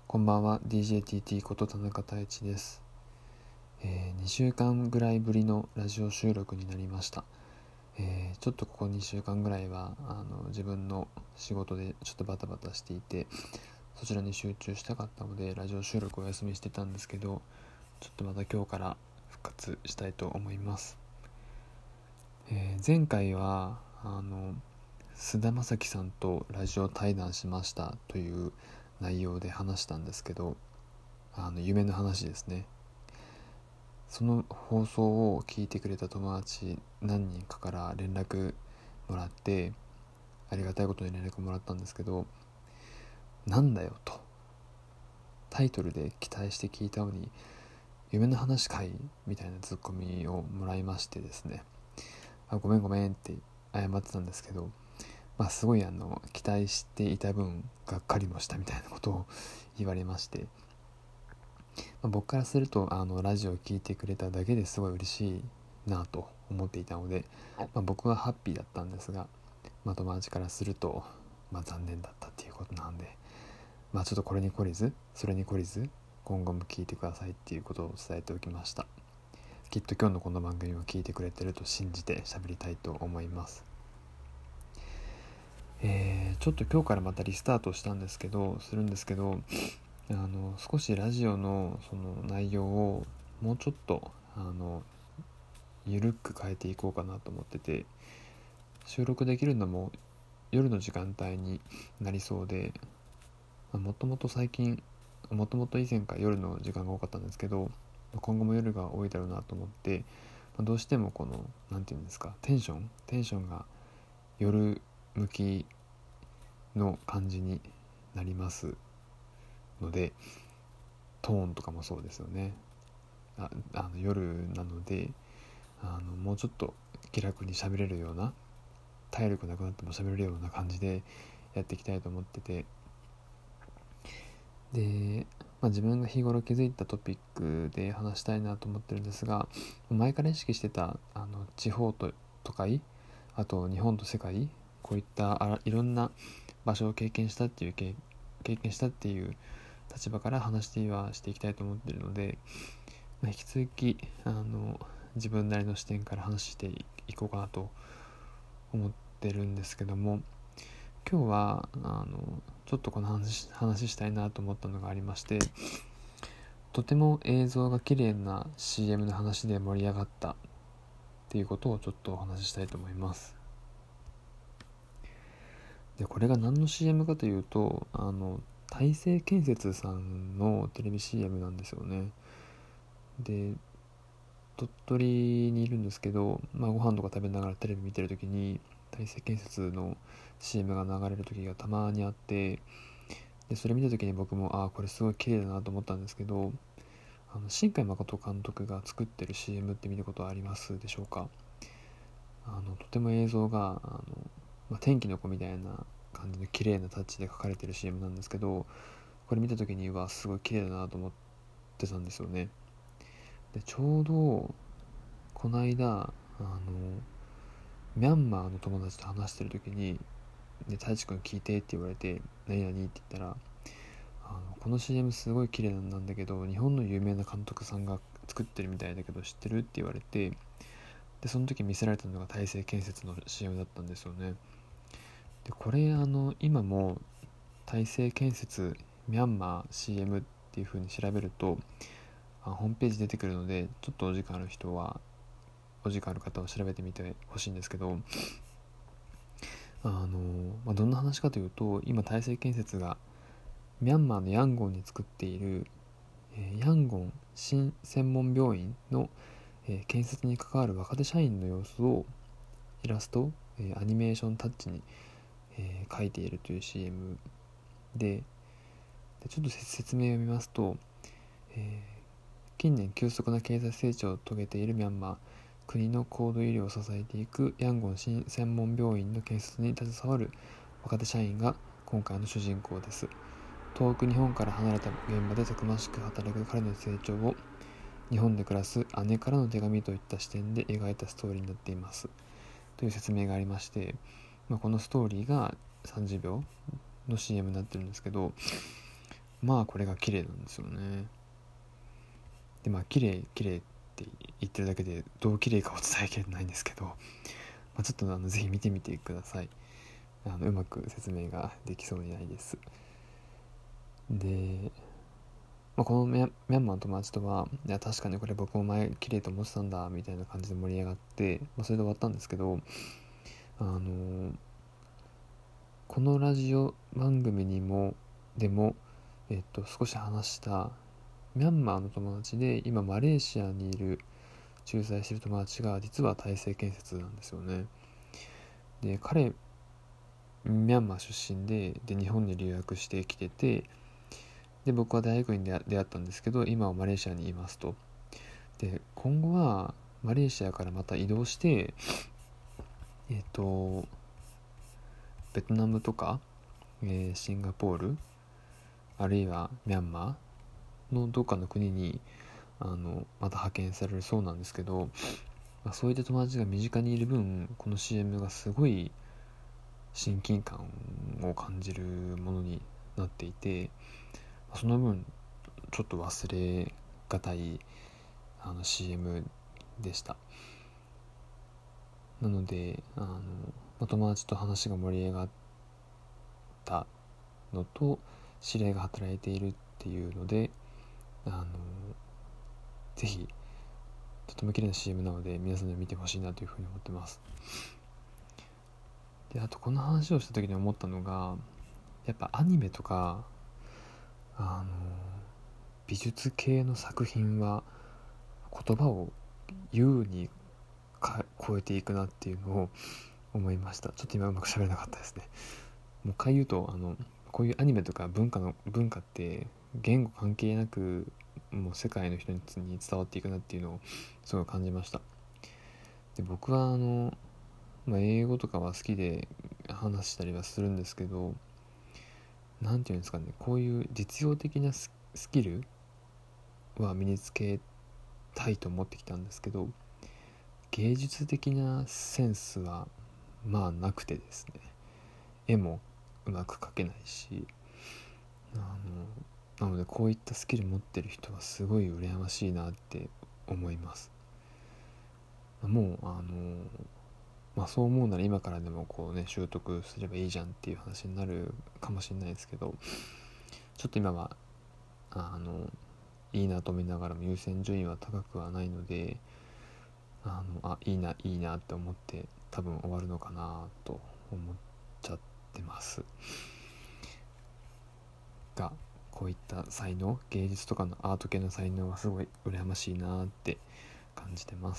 こんばんは。 DJTT こと田中太一です。2週間ぐらいぶりのラジオ収録になりました。ちょっとここ2週間ぐらいは自分の仕事でちょっとバタバタしていて、そちらに集中したかったのでラジオ収録をお休みしてたんですけど、ちょっとまた今日から復活したいと思います。前回は菅田将暉さんとラジオ対談しましたという内容で話したんですけど、夢の話ですね。その放送を聞いてくれた友達何人かから連絡もらって、ありがたいことに連絡もらったんですけど、なんだよと、タイトルで期待して聞いたのに夢の話かいみたいなツッコミをもらいましてですね、ごめんって謝ってたんですけど、すごい期待していた分がっかりもしたみたいなことを言われまして、僕からするとラジオを聞いてくれただけですごい嬉しいなと思っていたので、僕はハッピーだったんですが、友達からすると、残念だったっていうことなんで、ちょっとこれに懲りずそれに懲りず今後も聞いてくださいっていうことを伝えておきました。きっと今日のこの番組を聞いてくれてると信じて喋りたいと思います。ちょっと今日からまたリスタートするんですけど、少しラジオのその内容をもうちょっとゆるく変えていこうかなと思ってて、収録できるのも夜の時間帯になりそうで、もともと以前から夜の時間が多かったんですけど、今後も夜が多いだろうなと思って、どうしてもこのなんていうんですか、テンションが夜向きの感じになりますので、トーンとかもそうですよね。夜なのでもうちょっと気楽に喋れるような、体力なくなっても喋れるような感じでやっていきたいと思ってて、で、自分が日頃気づいたトピックで話したいなと思ってるんですが、前から意識してた地方と都会、あと日本と世界、こういったいろんな場所を経験したっていう立場から話していきたいと思っているので、引き続き自分なりの視点から話していこうかなと思ってるんですけども、今日はちょっとこの話したいなと思ったのがありまして、とても映像が綺麗な CM の話で盛り上がったっていうことをちょっとお話ししたいと思います。で、これが何の CM かというと、大成建設さんのテレビ CM なんですよね。で、鳥取にいるんですけど、ご飯とか食べながらテレビ見てる時に大成建設の CM が流れる時がたまにあって、でそれ見た時に僕もこれすごい綺麗だなと思ったんですけど、新海誠監督が作ってる CM って見たことはありますでしょうか。とても映像が天気の子みたいな感じの綺麗なタッチで描かれてる CM なんですけど、これ見た時にすごい綺麗だなと思ってたんですよね。でちょうどこの間ミャンマーの友達と話してる時に、太一くん聞いてって言われて、何々って言ったら、この CM すごい綺麗なんだけど、日本の有名な監督さんが作ってるみたいだけど知ってるって言われて、でその時見せられたのが大成建設の CM だったんですよね。でこれ今も大成建設ミャンマー CM っていう風に調べるとホームページ出てくるので、ちょっとお時間ある方は調べてみてほしいんですけど、どんな話かというと、今大成建設がミャンマーのヤンゴンに作っている、ヤンゴン新専門病院の、建設に関わる若手社員の様子をイラスト、アニメーションタッチに、描いているという CM で、ちょっと説明を見ますと、近年急速な経済成長を遂げているミャンマー、国の高度医療を支えていくヤンゴン新専門病院の建設に携わる若手社員が今回の主人公です。遠く日本から離れた現場でたくましく働く彼の成長を日本で暮らす姉からの手紙といった視点で描いたストーリーになっていますという説明がありまして、このストーリーが30秒の CM になってるんですけど、 まあこれが綺麗なんですよね。で綺麗って言ってるだけでどう綺麗かお伝えきれないんですけど、ちょっとぜひ見てみてください。うまく説明ができそうにないです。で、このミャンマーの友達とはいや確かにこれ僕も前綺麗と思ってたんだみたいな感じで盛り上がって、それで終わったんですけど、このラジオ番組でも少し話したミャンマーの友達で今マレーシアにいる駐在している友達が実は大成建設なんですよね。で彼ミャンマー出身で日本に留学してきてて、で僕は大学院で出会ったんですけど今はマレーシアにいますと。で今後はマレーシアからまた移動してベトナムとか、シンガポールあるいはミャンマーのどっかの国にまた派遣されるそうなんですけど、そういった友達が身近にいる分この CM がすごい親近感を感じるものになっていて、その分ちょっと忘れがたいCM でした。なので友達と話が盛り上がったのと知り合いが働いているっていうのでぜひとても綺麗な CM なので皆さんに見てほしいなというふうに思ってます。であとこの話をした時に思ったのがやっぱアニメとか美術系の作品は言葉を優に超えていくなっていうのを思いました。ちょっと今うまく喋れなかったですね。もう一回言うとこういうアニメとか文化って言語関係なくもう世界の人に伝わっていくなっていうのをすごい感じました。で僕は英語とかは好きで話したりはするんですけど、なんていうんですかね、こういう実用的なスキルは身につけたいと思ってきたんですけど、芸術的なセンスはなくてですね、絵もうまく描けないし、なのでこういったスキル持ってる人はすごい羨ましいなって思います。もうそう思うなら今からでも習得すればいいじゃんっていう話になるかもしれないですけど、ちょっと今はいいなと思いながらも優先順位は高くはないのでいいなって思って多分終わるのかなと思っちゃってますが、こういった才能、芸術とかのアート系の才能はすごい羨ましいなって感じてます。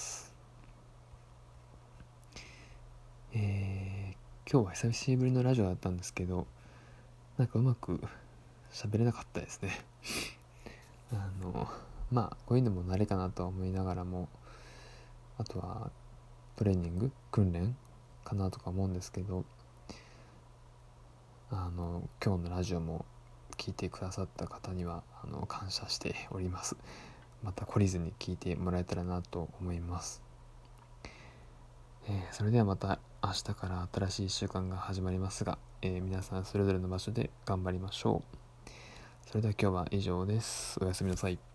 今日は久しぶりのラジオだったんですけどうまく喋れなかったですねこういうのも慣れかなとは思いながらも、あとはトレーニング訓練かなとか思うんですけど、今日のラジオも聞いてくださった方には感謝しております。また懲りずに聞いてもらえたらなと思います。それではまた明日から新しい1週間が始まりますが、皆さんそれぞれの場所で頑張りましょう。それでは今日は以上です。おやすみなさい。